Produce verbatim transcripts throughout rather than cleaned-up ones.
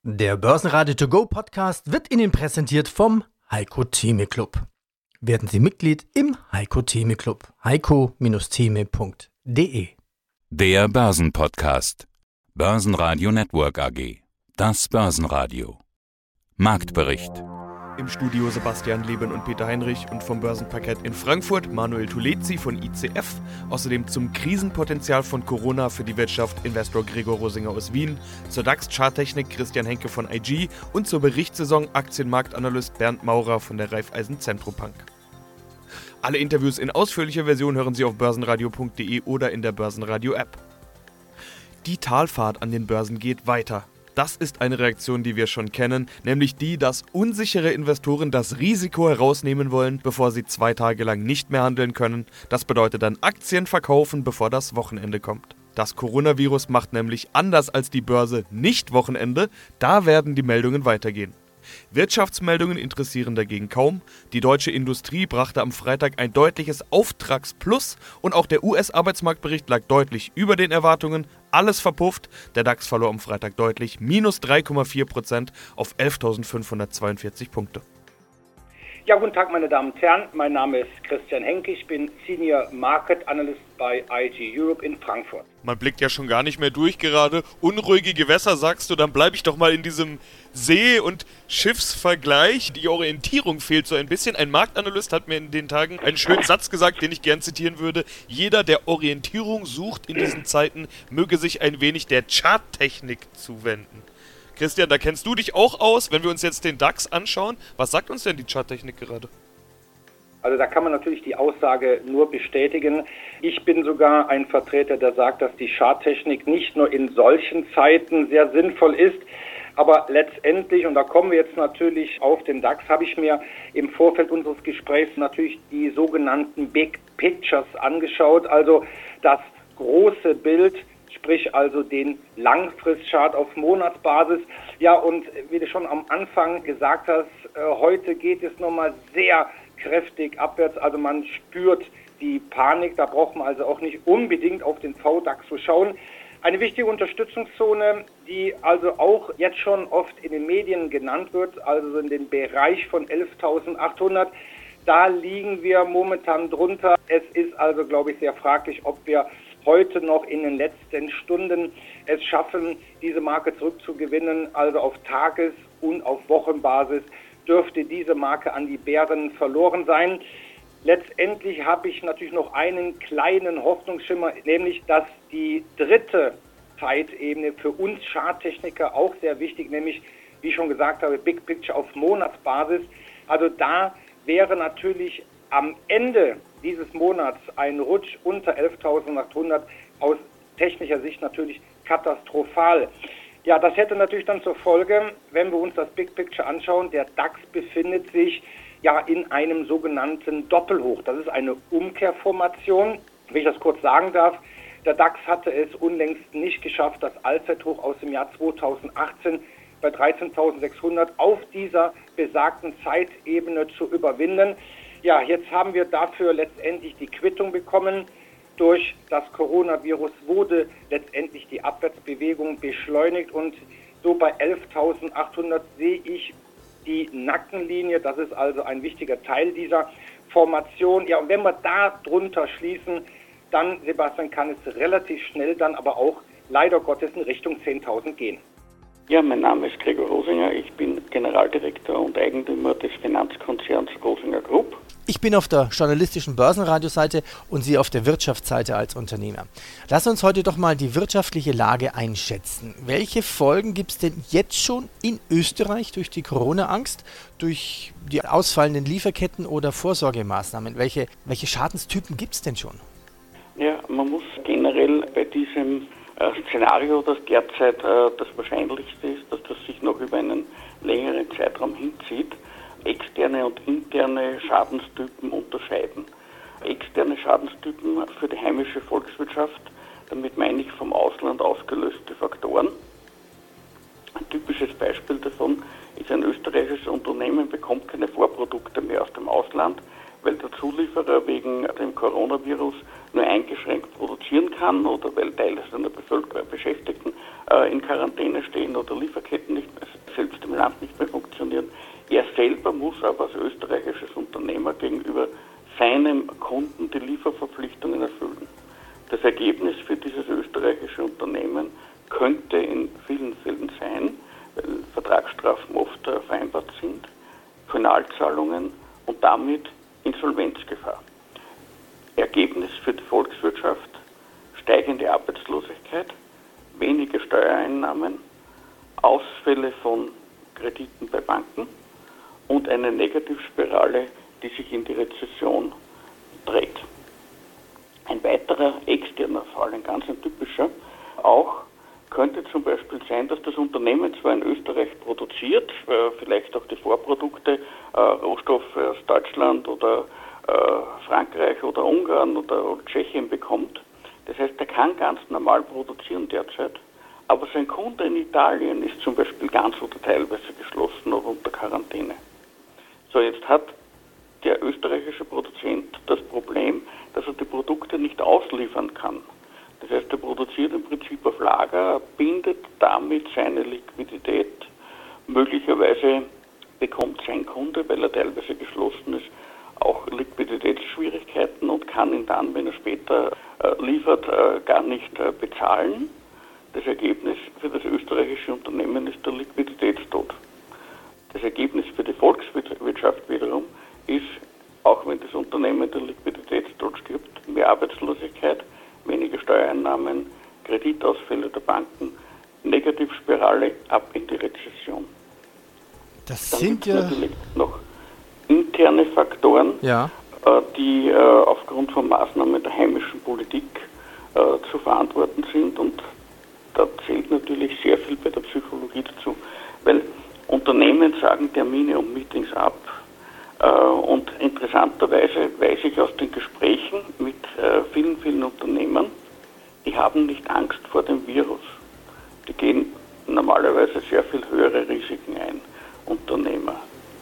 Der Börsenradio To Go Podcast wird Ihnen präsentiert vom Heiko Theme Club. Werden Sie Mitglied im Heiko Theme Club. heiko Theme punkt de. Der Börsenpodcast. Börsenradio Network A G. Das Börsenradio. Marktbericht. Im Studio Sebastian Leben und Peter Heinrich und vom Börsenparkett in Frankfurt Manuel Tulezi von I C F. Außerdem zum Krisenpotenzial von Corona für die Wirtschaft Investor Gregor Rosinger aus Wien, zur DAX-Charttechnik Christian Henke von I G und zur Berichtssaison Aktienmarktanalyst Bernd Maurer von der Raiffeisen Centrobank. Alle Interviews in ausführlicher Version hören Sie auf börsenradio punkt de oder in der Börsenradio-App. Die Talfahrt an den Börsen geht weiter. Das ist eine Reaktion, die wir schon kennen, nämlich die, dass unsichere Investoren das Risiko herausnehmen wollen, bevor sie zwei Tage lang nicht mehr handeln können. Das bedeutet dann Aktien verkaufen, bevor das Wochenende kommt. Das Coronavirus macht nämlich anders als die Börse nicht Wochenende, da werden die Meldungen weitergehen. Wirtschaftsmeldungen interessieren dagegen kaum. Die deutsche Industrie brachte am Freitag ein deutliches Auftragsplus und auch der U S-Arbeitsmarktbericht lag deutlich über den Erwartungen. Alles verpufft. Der DAX verlor am Freitag deutlich, minus drei Komma vier Prozent auf elftausendfünfhundertzweiundvierzig Punkte. Ja, guten Tag, meine Damen und Herren. Mein Name ist Christian Henke. Ich bin Senior Market Analyst bei I G Europe in Frankfurt. Man blickt ja schon gar nicht mehr durch gerade. Unruhige Gewässer, sagst du, dann bleibe ich doch mal in diesem See- und Schiffsvergleich. Die Orientierung fehlt so ein bisschen. Ein Marktanalyst hat mir in den Tagen einen schönen Satz gesagt, den ich gern zitieren würde. Jeder, der Orientierung sucht in diesen Zeiten, möge sich ein wenig der Charttechnik zuwenden. Christian, da kennst du dich auch aus, wenn wir uns jetzt den DAX anschauen. Was sagt uns denn die Charttechnik gerade? Also da kann man natürlich die Aussage nur bestätigen. Ich bin sogar ein Vertreter, der sagt, dass die Charttechnik nicht nur in solchen Zeiten sehr sinnvoll ist, aber letztendlich, und da kommen wir jetzt natürlich auf den DAX, habe ich mir im Vorfeld unseres Gesprächs natürlich die sogenannten Big Pictures angeschaut, also das große Bild, sprich also den Langfristchart auf Monatsbasis. Ja, und wie du schon am Anfang gesagt hast, äh, heute geht es nochmal sehr kräftig abwärts. Also man spürt die Panik, da braucht man also auch nicht unbedingt auf den V DAX zu schauen. Eine wichtige Unterstützungszone, die also auch jetzt schon oft in den Medien genannt wird, also in den Bereich von elftausendachthundert. Da liegen wir momentan drunter. Es ist also, glaube ich, sehr fraglich, ob wir heute noch in den letzten Stunden es schaffen, diese Marke zurückzugewinnen. Also auf Tages- und auf Wochenbasis dürfte diese Marke an die Bären verloren sein. Letztendlich habe ich natürlich noch einen kleinen Hoffnungsschimmer, nämlich dass die dritte Zeitebene für uns Charttechniker auch sehr wichtig, nämlich, wie ich schon gesagt habe, Big Picture auf Monatsbasis. Also da wäre natürlich am Ende dieses Monats ein Rutsch unter elftausendachthundert aus technischer Sicht natürlich katastrophal. Ja, das hätte natürlich dann zur Folge, wenn wir uns das Big Picture anschauen, der DAX befindet sich ja in einem sogenannten Doppelhoch. Das ist eine Umkehrformation, wenn ich das kurz sagen darf. Der DAX hatte es unlängst nicht geschafft, das Allzeithoch aus dem Jahr zweitausendachtzehn bei dreizehntausendsechshundert auf dieser besagten Zeitebene zu überwinden. Ja, jetzt haben wir dafür letztendlich die Quittung bekommen. Durch das Coronavirus wurde letztendlich die Abwärtsbewegung beschleunigt und so bei elftausendachthundert sehe ich die Nackenlinie. Das ist also ein wichtiger Teil dieser Formation. Ja, und wenn wir da drunter schließen, dann, Sebastian, kann es relativ schnell dann aber auch leider Gottes in Richtung zehntausend gehen. Ja, mein Name ist Gregor Rosinger. Ich bin Generaldirektor und Eigentümer des Finanzkonzerns Rosinger Group. Ich bin auf der journalistischen Börsenradioseite und Sie auf der Wirtschaftsseite als Unternehmer. Lass uns heute doch mal die wirtschaftliche Lage einschätzen. Welche Folgen gibt es denn jetzt schon in Österreich durch die Corona-Angst, durch die ausfallenden Lieferketten oder Vorsorgemaßnahmen? Welche, welche Schadenstypen gibt es denn schon? Ja, man muss generell bei diesem äh, Szenario, das derzeit äh, das Wahrscheinlichste ist, dass das sich noch über einen längeren Zeitraum hinzieht, externe und interne Schadenstypen unterscheiden. Externe Schadenstypen für die heimische Volkswirtschaft, damit meine ich vom Ausland ausgelöste Faktoren. Ein typisches Beispiel davon ist, ein österreichisches Unternehmen bekommt keine Vorprodukte mehr aus dem Ausland, weil der Zulieferer wegen dem Coronavirus nur eingeschränkt produzieren kann oder weil Teile seiner Bevölkerung Beschäftigten äh, in Quarantäne stehen oder Lieferketten nicht mehr Hand nicht mehr funktionieren. Er selber muss aber als österreichisches Unternehmer gegenüber seinem Kunden die Lieferverpflichtungen erfüllen. Das Ergebnis für dieses österreichische Unternehmen könnte in vielen Fällen sein, weil Vertragsstrafen oft vereinbart sind, Finalzahlungen und damit Insolvenzgefahr. Ergebnis für die Volkswirtschaft: steigende Arbeitslosigkeit, weniger Steuereinnahmen, Ausfälle von Krediten bei Banken und eine Negativspirale, die sich in die Rezession dreht. Ein weiterer externer Fall, ein ganz ein typischer, auch könnte zum Beispiel sein, dass das Unternehmen zwar in Österreich produziert, äh, vielleicht auch die Vorprodukte, äh, Rohstoffe aus Deutschland oder äh, Frankreich oder Ungarn oder, oder Tschechien bekommt. Das heißt, er kann ganz normal produzieren derzeit, aber sein Kunde in Italien ist zum Beispiel ganz oder teilweise geschlossen oder unter Quarantäne. So, jetzt hat der österreichische Produzent das Problem, dass er die Produkte nicht ausliefern kann. Das heißt, er produziert im Prinzip auf Lager, bindet damit seine Liquidität. Möglicherweise bekommt sein Kunde, weil er teilweise geschlossen ist, auch Liquiditätsschwierigkeiten und kann ihn dann, wenn er später äh, liefert, äh, gar nicht äh, bezahlen. Das Ergebnis für das österreichische Unternehmen ist der Liquiditätstod. Das Ergebnis für die Volkswirtschaft wiederum ist, auch wenn das Unternehmen der Liquiditätstod stirbt, mehr Arbeitslosigkeit, weniger Steuereinnahmen, Kreditausfälle der Banken, Negativspirale ab in die Rezession. Das Dann sind gibt ja es natürlich noch interne Faktoren, ja. äh, die äh, aufgrund von Maßnahmen der heimischen Politik äh, zu verantworten sind, und da zählt natürlich sehr viel bei der Psychologie dazu, weil Unternehmen sagen Termine und Meetings ab. Äh, und interessanterweise weiß ich aus den Gesprächen mit äh, vielen, vielen Unternehmern, die haben nicht Angst vor dem Virus. Die gehen normalerweise sehr viel höhere Risiken ein, Unternehmer.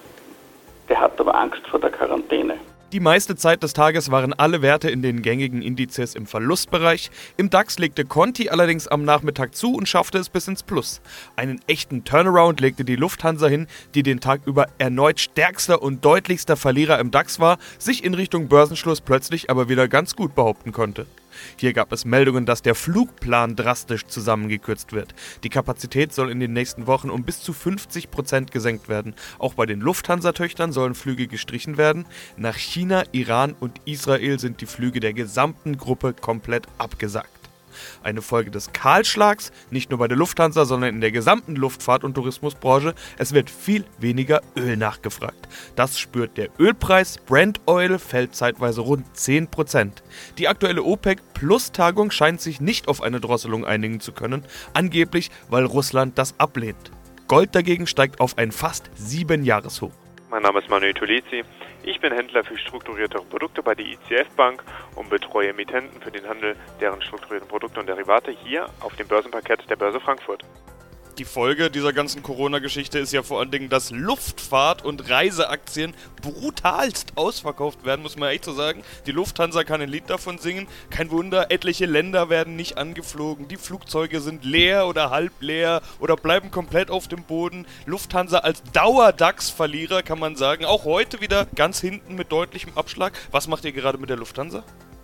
Der hat aber Angst vor der Quarantäne. Die meiste Zeit des Tages waren alle Werte in den gängigen Indizes im Verlustbereich. Im DAX legte Conti allerdings am Nachmittag zu und schaffte es bis ins Plus. Einen echten Turnaround legte die Lufthansa hin, die den Tag über erneut stärkster und deutlichster Verlierer im DAX war, sich in Richtung Börsenschluss plötzlich aber wieder ganz gut behaupten konnte. Hier gab es Meldungen, dass der Flugplan drastisch zusammengekürzt wird. Die Kapazität soll in den nächsten Wochen um bis zu fünfzig Prozent gesenkt werden. Auch bei den Lufthansa-Töchtern sollen Flüge gestrichen werden. Nach China, Iran und Israel sind die Flüge der gesamten Gruppe komplett abgesagt. Eine Folge des Kahlschlags, nicht nur bei der Lufthansa, sondern in der gesamten Luftfahrt- und Tourismusbranche. Es wird viel weniger Öl nachgefragt. Das spürt der Ölpreis. Brent Oil fällt zeitweise rund zehn Prozent. Die aktuelle OPEC-Plus-Tagung scheint sich nicht auf eine Drosselung einigen zu können, angeblich, weil Russland das ablehnt. Gold dagegen steigt auf ein fast Siebenjahreshoch. Mein Name ist Manuel Tulezi. Ich bin Händler für strukturiertere Produkte bei der I C F Bank und betreue Emittenten für den Handel deren strukturierten Produkte und Derivate hier auf dem Börsenparkett der Börse Frankfurt. Die Folge dieser ganzen Corona-Geschichte ist ja vor allen Dingen, dass Luftfahrt- und Reiseaktien brutalst ausverkauft werden, muss man echt so sagen. Die Lufthansa kann ein Lied davon singen. Kein Wunder, etliche Länder werden nicht angeflogen. Die Flugzeuge sind leer oder halb leer oder bleiben komplett auf dem Boden. Lufthansa als Dauer-DAX-Verlierer, kann man sagen. Auch heute wieder ganz hinten mit deutlichem Abschlag. Was macht ihr gerade mit der Lufthansa?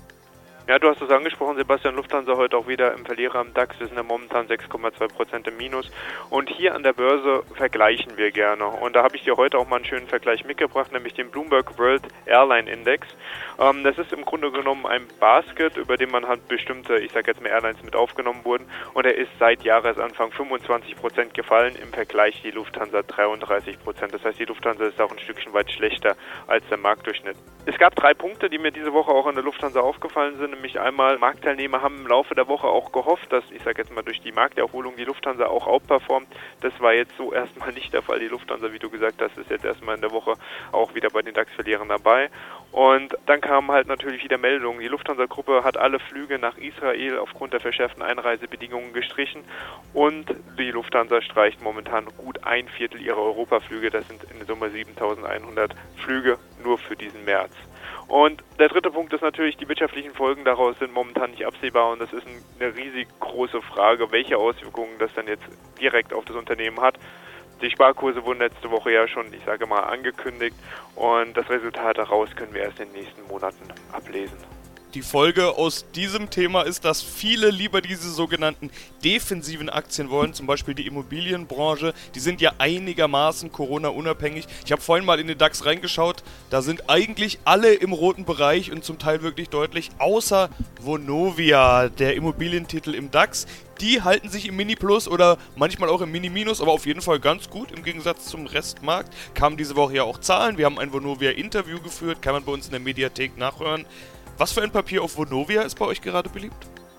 Ja, du hast es angesprochen, Sebastian. Lufthansa heute auch wieder im Verlierer am DAX. Wir sind ja momentan sechs Komma zwei Prozent im Minus. Und hier an der Börse vergleichen wir gerne. Und da habe ich dir heute auch mal einen schönen Vergleich mitgebracht, nämlich den Bloomberg World Airline Index. Ähm, das ist im Grunde genommen ein Basket, über den man halt bestimmte, ich sage jetzt mal Airlines mit aufgenommen wurden. Und er ist seit Jahresanfang fünfundzwanzig Prozent gefallen, im Vergleich die Lufthansa dreiunddreißig Prozent. Das heißt, die Lufthansa ist auch ein Stückchen weit schlechter als der Marktdurchschnitt. Es gab drei Punkte, die mir diese Woche auch an der Lufthansa aufgefallen sind. Nämlich einmal, Marktteilnehmer haben im Laufe der Woche auch gehofft, dass, ich sage jetzt mal, durch die Markterholung die Lufthansa auch outperformt. Das war jetzt so erstmal nicht der Fall. Die Lufthansa, wie du gesagt hast, ist jetzt erstmal in der Woche auch wieder bei den DAX-Verlierern dabei. Und dann kamen halt natürlich wieder Meldungen. Die Lufthansa-Gruppe hat alle Flüge nach Israel aufgrund der verschärften Einreisebedingungen gestrichen und die Lufthansa streicht momentan gut ein Viertel ihrer Europaflüge. Das sind in Summe siebentausendeinhundert Flüge nur für diesen März. Und der dritte Punkt ist natürlich, die wirtschaftlichen Folgen daraus sind momentan nicht absehbar und das ist eine riesig große Frage, welche Auswirkungen das dann jetzt direkt auf das Unternehmen hat. Die Sparkurse wurden letzte Woche ja schon, ich sage mal, angekündigt und das Resultat daraus können wir erst in den nächsten Monaten ablesen. Die Folge aus diesem Thema ist, dass viele lieber diese sogenannten defensiven Aktien wollen, zum Beispiel die Immobilienbranche. Die sind ja einigermaßen Corona-unabhängig. Ich habe vorhin mal in den DAX reingeschaut, da sind eigentlich alle im roten Bereich und zum Teil wirklich deutlich, außer Vonovia, der Immobilientitel im DAX. Die halten sich im Mini-Plus oder manchmal auch im Mini-Minus, aber auf jeden Fall ganz gut im Gegensatz zum Restmarkt. Kamen diese Woche ja auch Zahlen. Wir haben ein Vonovia-Interview geführt, kann man bei uns in der Mediathek nachhören. Was für ein Papier auf Vonovia ist bei euch gerade beliebt?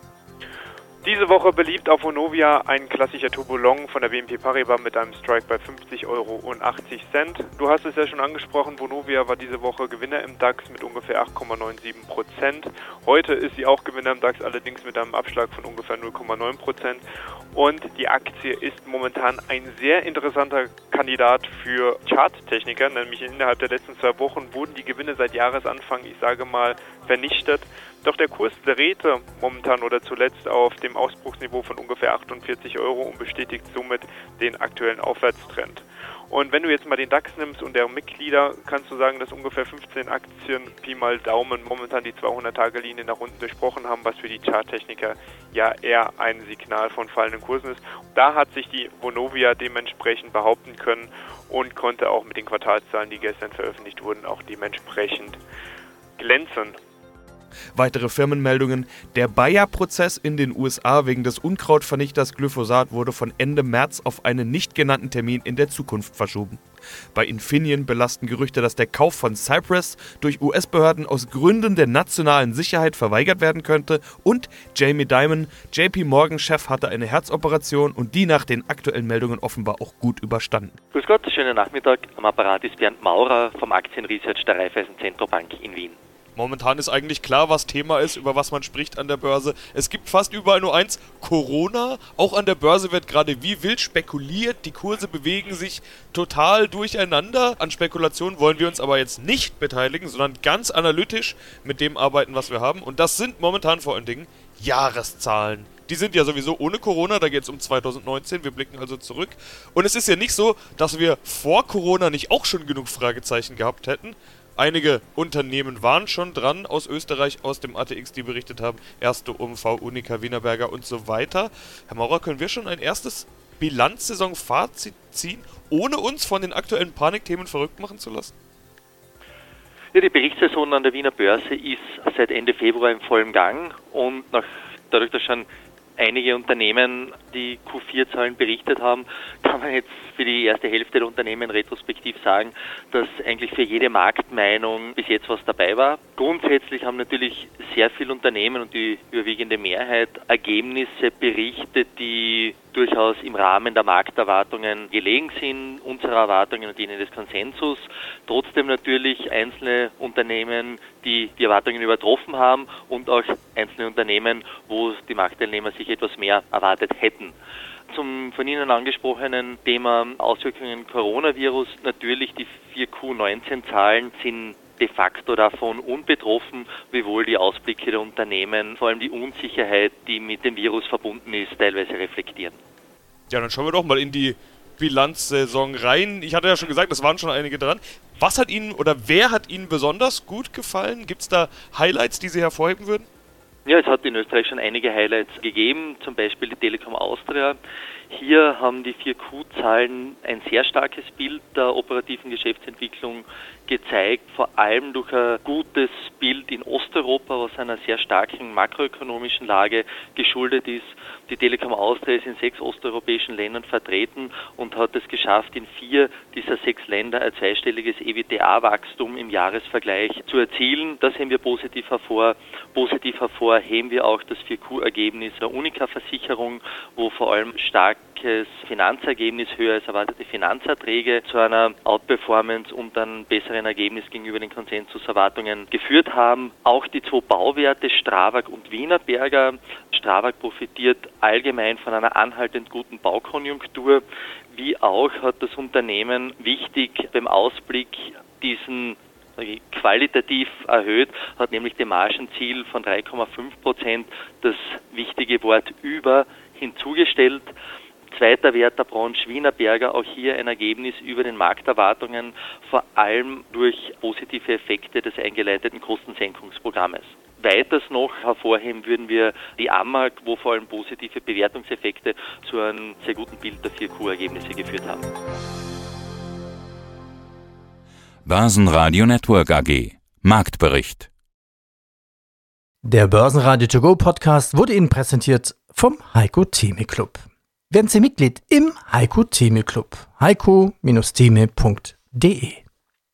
Diese Woche beliebt auf Vonovia ein klassischer Turbolong von der B N P Paribas mit einem Strike bei fünfzig Euro und achtzig Cent. Du hast es ja schon angesprochen, Vonovia war diese Woche Gewinner im DAX mit ungefähr acht Komma siebenundneunzig Prozent. Heute ist sie auch Gewinner im DAX, allerdings mit einem Abschlag von ungefähr null Komma neun Prozent. Und die Aktie ist momentan ein sehr interessanter Kandidat für Charttechniker, nämlich innerhalb der letzten zwei Wochen wurden die Gewinne seit Jahresanfang, ich sage mal, vernichtet. Doch der Kurs drehte momentan oder zuletzt auf dem Ausbruchsniveau von ungefähr achtundvierzig Euro und bestätigt somit den aktuellen Aufwärtstrend. Und wenn du jetzt mal den DAX nimmst und deren Mitglieder, kannst du sagen, dass ungefähr fünfzehn Aktien Pi mal Daumen momentan die zweihundert-Tage-Linie nach unten durchbrochen haben, was für die Charttechniker ja eher ein Signal von fallenden Kursen ist. Da hat sich die Vonovia dementsprechend behaupten können und konnte auch mit den Quartalszahlen, die gestern veröffentlicht wurden, auch dementsprechend glänzen. Weitere Firmenmeldungen. Der Bayer-Prozess in den U S A wegen des Unkrautvernichters Glyphosat wurde von Ende März auf einen nicht genannten Termin in der Zukunft verschoben. Bei Infineon belasten Gerüchte, dass der Kauf von Cypress durch U S-Behörden aus Gründen der nationalen Sicherheit verweigert werden könnte und Jamie Dimon, J P Morgan-Chef, hatte eine Herzoperation und die nach den aktuellen Meldungen offenbar auch gut überstanden. Grüß Gott, schönen Nachmittag. Am Apparat ist Bernd Maurer vom Aktienresearch der Raiffeisen Zentrobank in Wien. Momentan ist eigentlich klar, was Thema ist, über was man spricht an der Börse. Es gibt fast überall nur eins, Corona. Auch an der Börse wird gerade wie wild spekuliert. Die Kurse bewegen sich total durcheinander. An Spekulationen wollen wir uns aber jetzt nicht beteiligen, sondern ganz analytisch mit dem arbeiten, was wir haben. Und das sind momentan vor allen Dingen Jahreszahlen. Die sind ja sowieso ohne Corona, da geht es um zweitausendneunzehn, wir blicken also zurück. Und es ist ja nicht so, dass wir vor Corona nicht auch schon genug Fragezeichen gehabt hätten. Einige Unternehmen waren schon dran aus Österreich, aus dem A T X, die berichtet haben. Erste O M V, Unica, Wienerberger und so weiter. Herr Maurer, können wir schon ein erstes Bilanzsaison-Fazit ziehen, ohne uns von den aktuellen Panikthemen verrückt machen zu lassen? Ja, die Berichtssaison an der Wiener Börse ist seit Ende Februar im vollen Gang und nach, dadurch, dass schon einige Unternehmen die Q vier Zahlen berichtet haben, kann man jetzt für die erste Hälfte der Unternehmen retrospektiv sagen, dass eigentlich für jede Marktmeinung bis jetzt was dabei war. Grundsätzlich haben natürlich sehr viele Unternehmen und die überwiegende Mehrheit Ergebnisse berichtet, die durchaus im Rahmen der Markterwartungen gelegen sind, unserer Erwartungen und denen des Konsensus. Trotzdem natürlich einzelne Unternehmen, die die Erwartungen übertroffen haben und auch einzelne Unternehmen, wo die Marktteilnehmer sich etwas mehr erwartet hätten. Zum von Ihnen angesprochenen Thema Auswirkungen Coronavirus, natürlich die vier Q neunzehn Zahlen sind de facto davon unbetroffen, wiewohl die Ausblicke der Unternehmen, vor allem die Unsicherheit, die mit dem Virus verbunden ist, teilweise reflektieren. Ja, dann schauen wir doch mal in die Bilanzsaison rein. Ich hatte ja schon gesagt, es waren schon einige dran. Was hat Ihnen oder wer hat Ihnen besonders gut gefallen? Gibt es da Highlights, die Sie hervorheben würden? Ja, es hat in Österreich schon einige Highlights gegeben, zum Beispiel die Telekom Austria. Hier haben die vier Q Zahlen ein sehr starkes Bild der operativen Geschäftsentwicklung gezeigt, vor allem durch ein gutes Bild in Osteuropa, was einer sehr starken makroökonomischen Lage geschuldet ist. Die Telekom Austria ist in sechs osteuropäischen Ländern vertreten und hat es geschafft, in vier dieser sechs Länder ein zweistelliges E B T A-Wachstum im Jahresvergleich zu erzielen. Das heben wir positiv hervor. Positiv hervor heben wir auch das vier Q Ergebnis der Unica-Versicherung, wo vor allem starkes Finanzergebnis, höher als erwartete Finanzerträge zu einer Outperformance und einem besseren Ergebnis gegenüber den Konsensuserwartungen geführt haben. Auch die zwei Bauwerte Strabag und Wienerberger. Strabag profitiert allgemein von einer anhaltend guten Baukonjunktur, wie auch hat das Unternehmen wichtig beim Ausblick diesen qualitativ erhöht, hat nämlich dem Margenziel von drei Komma fünf Prozent das wichtige Wort über hinzugestellt. Zweiter Wert der Branche Wienerberger, auch hier ein Ergebnis über den Markterwartungen, vor allem durch positive Effekte des eingeleiteten Kostensenkungsprogrammes. Weiters noch hervorheben würden wir die Amag, wo vor allem positive Bewertungseffekte zu einem sehr guten Bild der vier Q-Ergebnisse geführt haben. Börsenradio Network A G. Marktbericht. Der Börsenradio To Go Podcast wurde Ihnen präsentiert vom Heiko Theme Club. Werden Sie Mitglied im Heiko Theme Club. heiko Bindestrich theme punkt de